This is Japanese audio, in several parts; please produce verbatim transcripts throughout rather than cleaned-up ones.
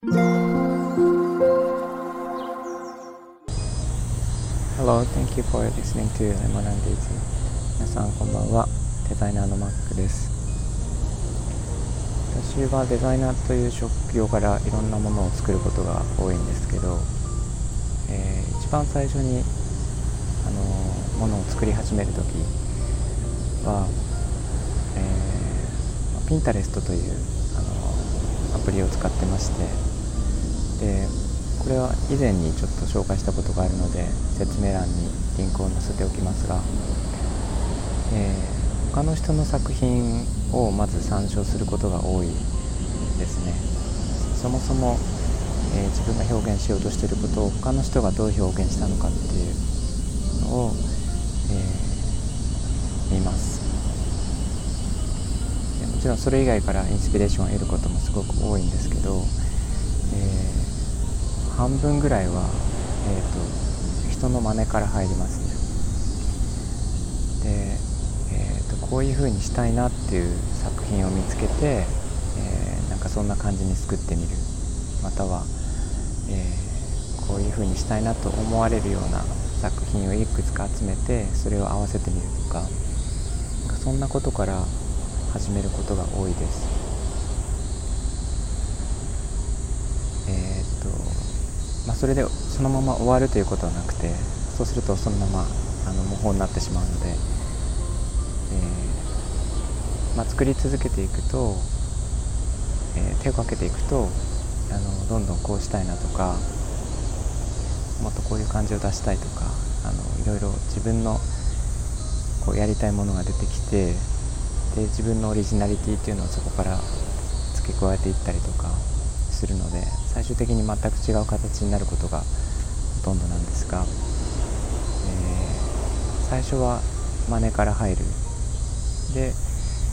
Hello, thank you for listening to Lemon and Daisy. 皆さんこんばんは。デザイナーのマックです。私はデザイナーという職業からいろんなものを作ることが多いんですけど、えー、一番最初にあのものを作り始めるときは、えー、Pinterest というあのアプリを使ってまして、でこれは以前にちょっと紹介したことがあるので説明欄にリンクを載せておきますが、えー、他の人の作品をまず参照することが多いですね。そもそも、えー、自分が表現しようとしていることを他の人がどう表現したのかっていうのを、えー、見ます。もちろんそれ以外からインスピレーションを得ることもすごく多いんですけど、えー半分ぐらいは、えーと、人の真似から入りますね。で、えーと、こういう風にしたいなっていう作品を見つけて、えー、なんかそんな感じに作ってみる、または、えー、こういう風にしたいなと思われるような作品をいくつか集めてそれを合わせてみるとか、なんかそんなことから始めることが多いです。えーとまあ、それでそのまま終わるということはなくて、そうするとそのままあの模倣になってしまうので、えーまあ、作り続けていくと、えー、手をかけていくとあのどんどんこうしたいなとか、もっとこういう感じを出したいとか、あのいろいろ自分のこうやりたいものが出てきて、で自分のオリジナリティっていうのをそこから付け加えていったりとかするので、最終的に全く違う形になることがほとんどなんですが、えー、最初は真似から入るで、え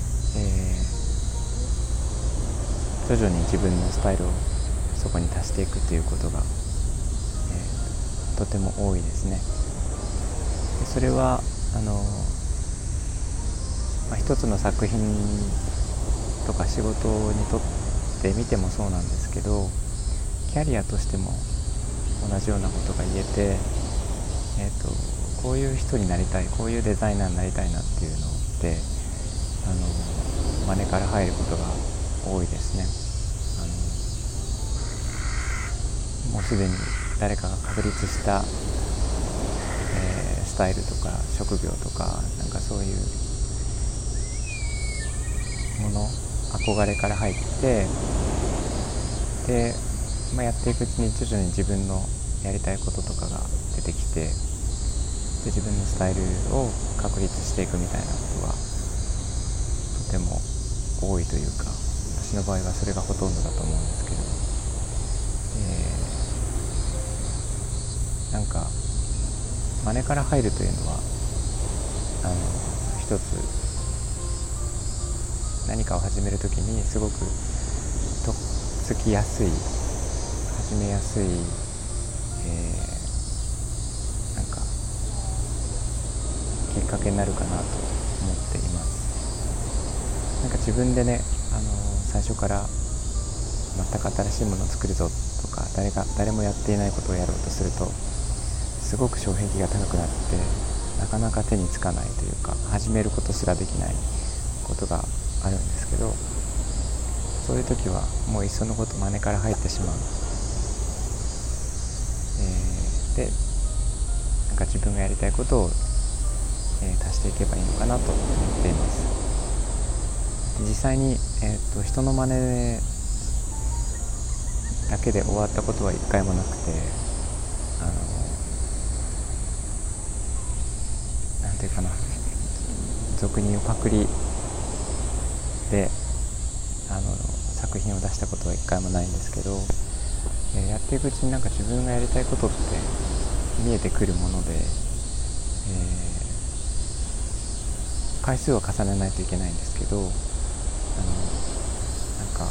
ー、徐々に自分のスタイルをそこに足していくということが、えー、とても多いですね。でそれはあの、まあ、一つの作品とか仕事にとって見てもそうなんですけど、キャリアとしても同じようなことが言えて、えーと、こういう人になりたい、こういうデザイナーになりたいなっていうのってあの真似から入ることが多いですね。あのもうすでに誰かが確立した、えー、スタイルとか職業とか、なんかそういうもの、憧れから入って、でまあ、やっていくうちに徐々に自分のやりたいこととかが出てきて、で自分のスタイルを確立していくみたいなことがとても多いというか、私の場合はそれがほとんどだと思うんですけど、えー、なんか真似から入るというのはあの一つ何かを始めるときにすごくとっつきやすい、始めやすい、えー、なんかきっかけになるかなと思っています。なんか自分でね、あのー、最初から全く新しいものを作るぞとか、誰が誰もやっていないことをやろうとするとすごく障壁が高くなって、なかなか手につかないというか、始めることすらできないことがあるんですけど、そういう時はもういっそのこと真似から入ってしまう。えー、でなんか自分がやりたいことを、えー、足していけばいいのかなと思っています。実際に、えー、と人の真似だけで終わったことは一回もなくて、あのなんていうかな、俗に言うパクリであの作品を出したことは一回もないんですけど、えー、やっていくうちになんか自分がやりたいことって見えてくるもので、えー、回数を重ねないといけないんですけど、あのなんか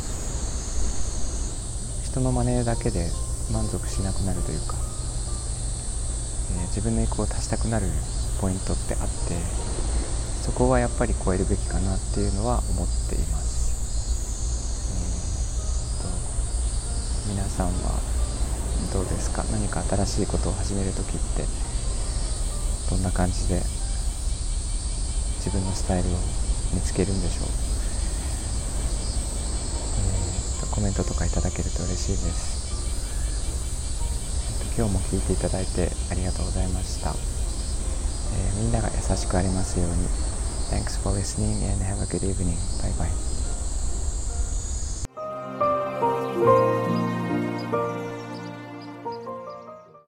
人の真似だけで満足しなくなるというか、えー、自分の意向を足したくなるポイントってあって、そこはやっぱり超えるべきかなっていうのは思っています。 皆さんはどうですか？何か新しいことを始めるときってどんな感じで自分のスタイルを見つけるんでしょう？えー、とコメントとかいただけると嬉しいです。えー、と今日も聞いていただいてありがとうございました。えー、みんなが優しくありますように。 Thanks for listening and have a good evening. Bye bye.